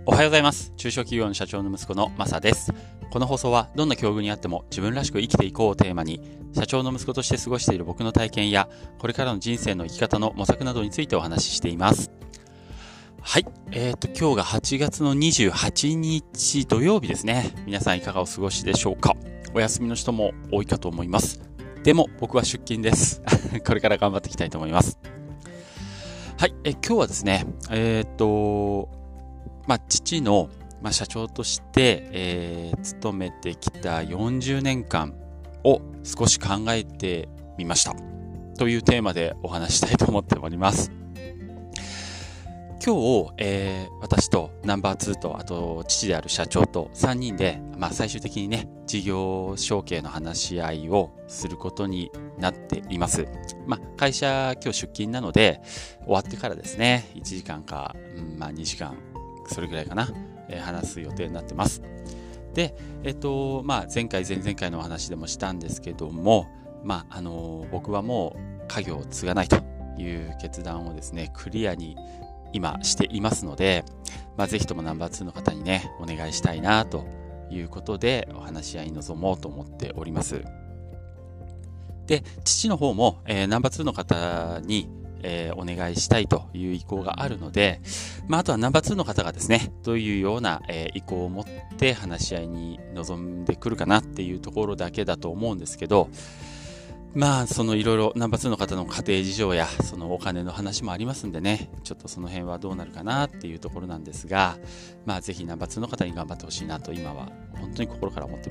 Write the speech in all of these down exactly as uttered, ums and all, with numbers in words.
おはようございます。中小企業の社長の息子のマサです。この放送はどんな境遇にあっても自分らしく生きていこうをテーマに、社長の息子として過ごしている僕の体験やこれからの人生の生き方の模索などについてお話ししています。はい、えーと今日がはちがつのにじゅうはちにち土曜日ですね。皆さんいかがお過ごしでしょうか。お休みの人も多いかと思います。でも僕は出勤です。これから頑張っていきたいと思います。はい、え今日はですね、えーとまあ、父の、まあ、社長として、えー、勤めてきたよんじゅうねんかんを少し考えてみましたというテーマでお話したいと思っております。今日、えー、私とナンバーツーとあと父である社長とさんにんで、まあ、最終的にね事業承継の話し合いをすることになっています。まあ、会社今日出勤なので終わってからですねいちじかんか、うんまあ、にじかんそれぐらいかな、えー、話す予定になってます。で、えっと、まあ、前回、前々回のお話でもしたんですけども、まあ、あのー、僕はもう家業を継がないという決断をですね、クリアに今していますので、まあ、ぜひともナンバーツーの方にね、お願いしたいなということで、お話し合いに臨もうと思っております。で、父の方も、えー、ナンバーツーの方に、えー、お願いしたいという意向があるので、まあ、あとはナンバーツーの方がですねどういうような、えー、意向を持って話し合いに臨んでくるかなっていうところだけだと思うんですけど、まあそのいろいろナンバーツーの方の家庭事情やそのお金の話もありますんでね、ちょっとその辺はどうなるかなっていうところなんですが、まあぜひナンバーツーの方に頑張ってほしいなと今は本当に心から思ってます。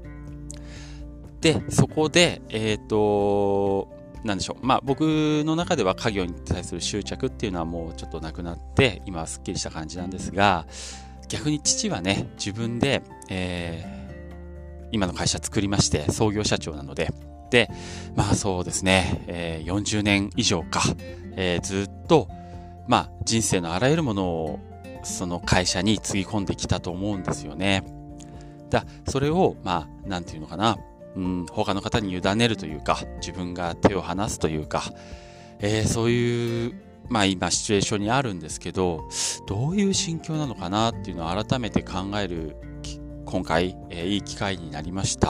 でそこでえっとなんでしょう、まあ僕の中では家業に対する執着っていうのはもうちょっとなくなって今はすっきりした感じなんですが、逆に父はね自分で、えー、今の会社作りまして創業社長なので、でまあそうですね、えー、よんじゅうねん以上か、えー、ずっとまあ人生のあらゆるものをその会社につぎ込んできたと思うんですよね。だそれをまあなんていうのかな、うん、他の方に委ねるというか自分が手を離すというか、えー、そういうまあ今シチュエーションにあるんですけど、どういう心境なのかなっていうのを改めて考える今回、えー、いい機会になりました。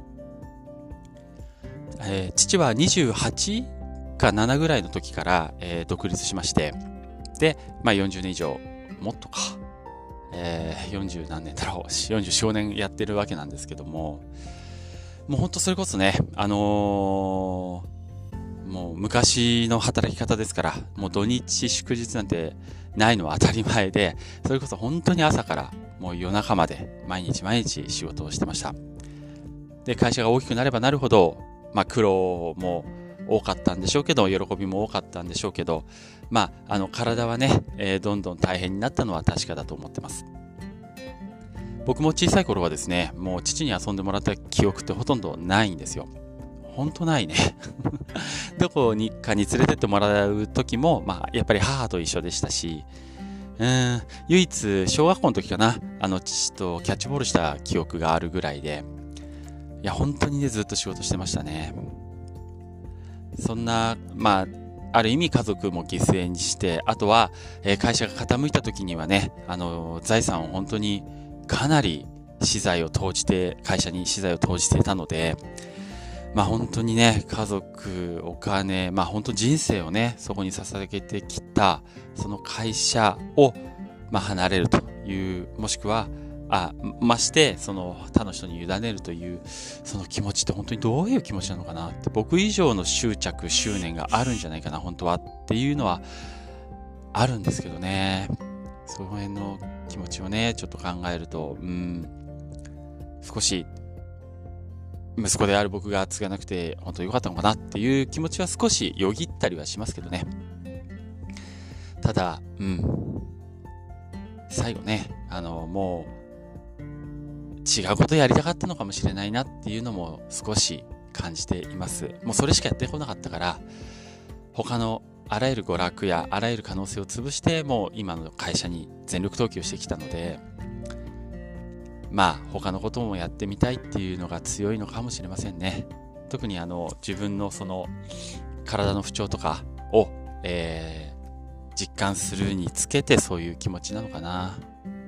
えー、父はにじゅうはちかななぐらいの時から、えー、独立しまして、で、まあ、よんじゅうねん以上もっとか、えー、よんじゅう何年だろうよんじゅうよん、ごねんやってるわけなんですけども、もう本当それこそね、あのー、もう昔の働き方ですから、もう土日祝日なんてないのは当たり前で、それこそ本当に朝からもう夜中まで毎日毎日仕事をしてました。で、会社が大きくなればなるほど、まあ苦労も多かったんでしょうけど、喜びも多かったんでしょうけど、まあ、あの体はね、えー、どんどん大変になったのは確かだと思ってます。僕も小さい頃はですね、もう父に遊んでもらった記憶ってほとんどないんですよ。ほんとないね。どこにかに連れてってもらう時も、まあ、やっぱり母と一緒でしたし、うーん、唯一小学校の時かな、あの父とキャッチボールした記憶があるぐらいで、いや本当にねずっと仕事してましたね。そんな、まあある意味家族も犠牲にして、あとは、えー、会社が傾いた時にはね、あの財産を本当にかなり資材を投じて会社に資材を投じていたので、まあ本当にね家族お金、まあ本当人生をねそこに捧げてきたその会社を、まあ、離れるという、もしくはあましてその他の人に委ねるというその気持ちって本当にどういう気持ちなのかなって、僕以上の執着執念があるんじゃないかな本当はっていうのはあるんですけどね。その辺の気持ちをねちょっと考えると、うん少し息子である僕が継がなくて本当に良かったのかなっていう気持ちは少しよぎったりはしますけどね。ただうん最後ねあのもう違うことやりたかったのかもしれないなっていうのも少し感じています。もうそれしかやってこなかったから、他のあらゆる娯楽やあらゆる可能性を潰してもう今の会社に全力投球してきたので、まあ他のこともやってみたいっていうのが強いのかもしれませんね。特にあの自分のその体の不調とかを、えー、実感するにつけてそういう気持ちなのかな。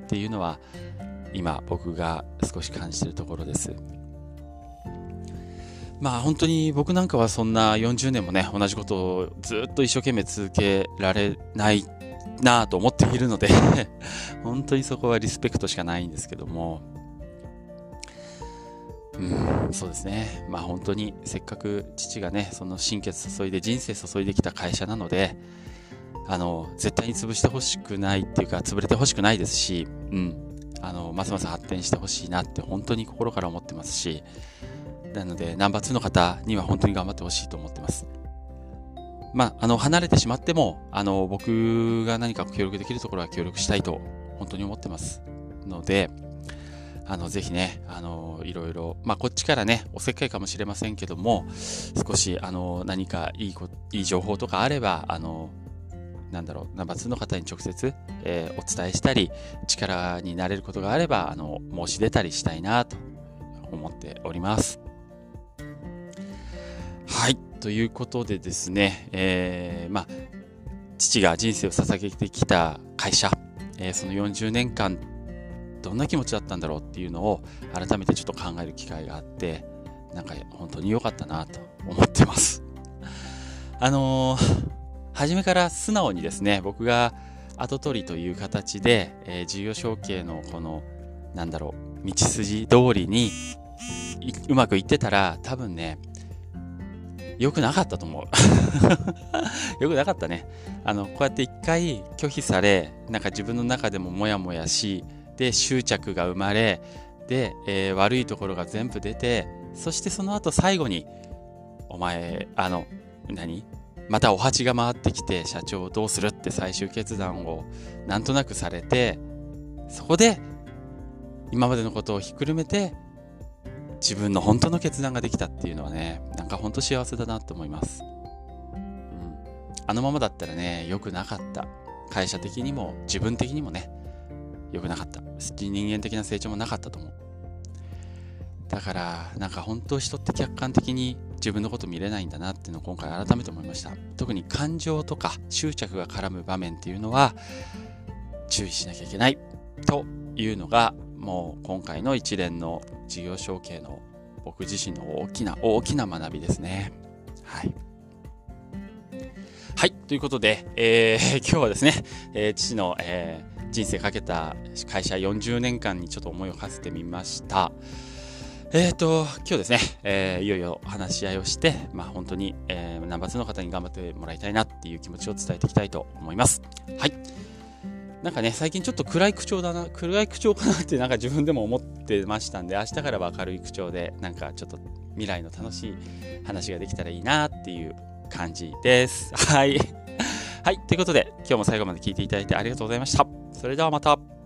っていうのは今僕が少し感じているところです。まあ本当に僕なんかはそんなよんじゅうねんもね同じことをずっと一生懸命続けられないなぁと思っているので本当にそこはリスペクトしかないんですけども、うん、そうですね。まあ本当にせっかく父がねその心血注いで人生注いできた会社なので、あの絶対に潰してほしくないっていうか潰れてほしくないですし、うん、あのますます発展してほしいなって本当に心から思ってますし、なのでナンバーツーの方には本当に頑張ってほしいと思ってます。まあ、あの離れてしまってもあの僕が何か協力できるところは協力したいと本当に思ってますので、あのぜひねあのいろいろ、まあ、こっちからねおせっかいかもしれませんけども、少しあの何かいいこいい情報とかあればあのなんだろうナンバーツーの方に直接、えー、お伝えしたり力になれることがあればあの申し出たりしたいなと思っております。はい、ということでですね、えー、まあ父が人生を捧げてきた会社、えー、そのよんじゅうねんかんどんな気持ちだったんだろうっていうのを改めてちょっと考える機会があって、なんか本当に良かったなと思ってます。あのー、初めから素直にですね、僕が後取りという形で、えー、事業承継のこのなんだろう道筋通りにうまくいってたら多分ね良くなかったと思う良くなかったね。あのこうやって一回拒否され、なんか自分の中でもモヤモヤし、で執着が生まれ、で、えー、悪いところが全部出て、そしてその後最後にお前あの何またお鉢が回ってきて社長をどうするって最終決断をなんとなくされて、そこで今までのことをひっくるめて自分の本当の決断ができたっていうのはね、なんか本当幸せだなと思います、うん、あのままだったらね良くなかった。会社的にも自分的にもね良くなかった。人間的な成長もなかったと思う。だからなんか本当人って客観的に自分のこと見れないんだなっていうのを今回改めて思いました。特に感情とか執着が絡む場面っていうのは注意しなきゃいけないというのがもう今回の一連の事業承継の僕自身の大きな大きな学びですね。はいはいということで、えー、今日はですね、えー、父の、えー、人生かけた会社よんじゅうねんかんにちょっと思いを馳せてみました。えーと今日ですね、えー、いよいよ話し合いをして、まあ本当に、えー、ナンバーツーの方に頑張ってもらいたいなっていう気持ちを伝えていきたいと思います。はい。なんかね最近ちょっと暗い口調だな暗い口調かなってなんか自分でも思ってましたんで、明日からは明るい口調でなんかちょっと未来の楽しい話ができたらいいなっていう感じです。はいはいということで今日も最後まで聞いていただいてありがとうございました。それではまた。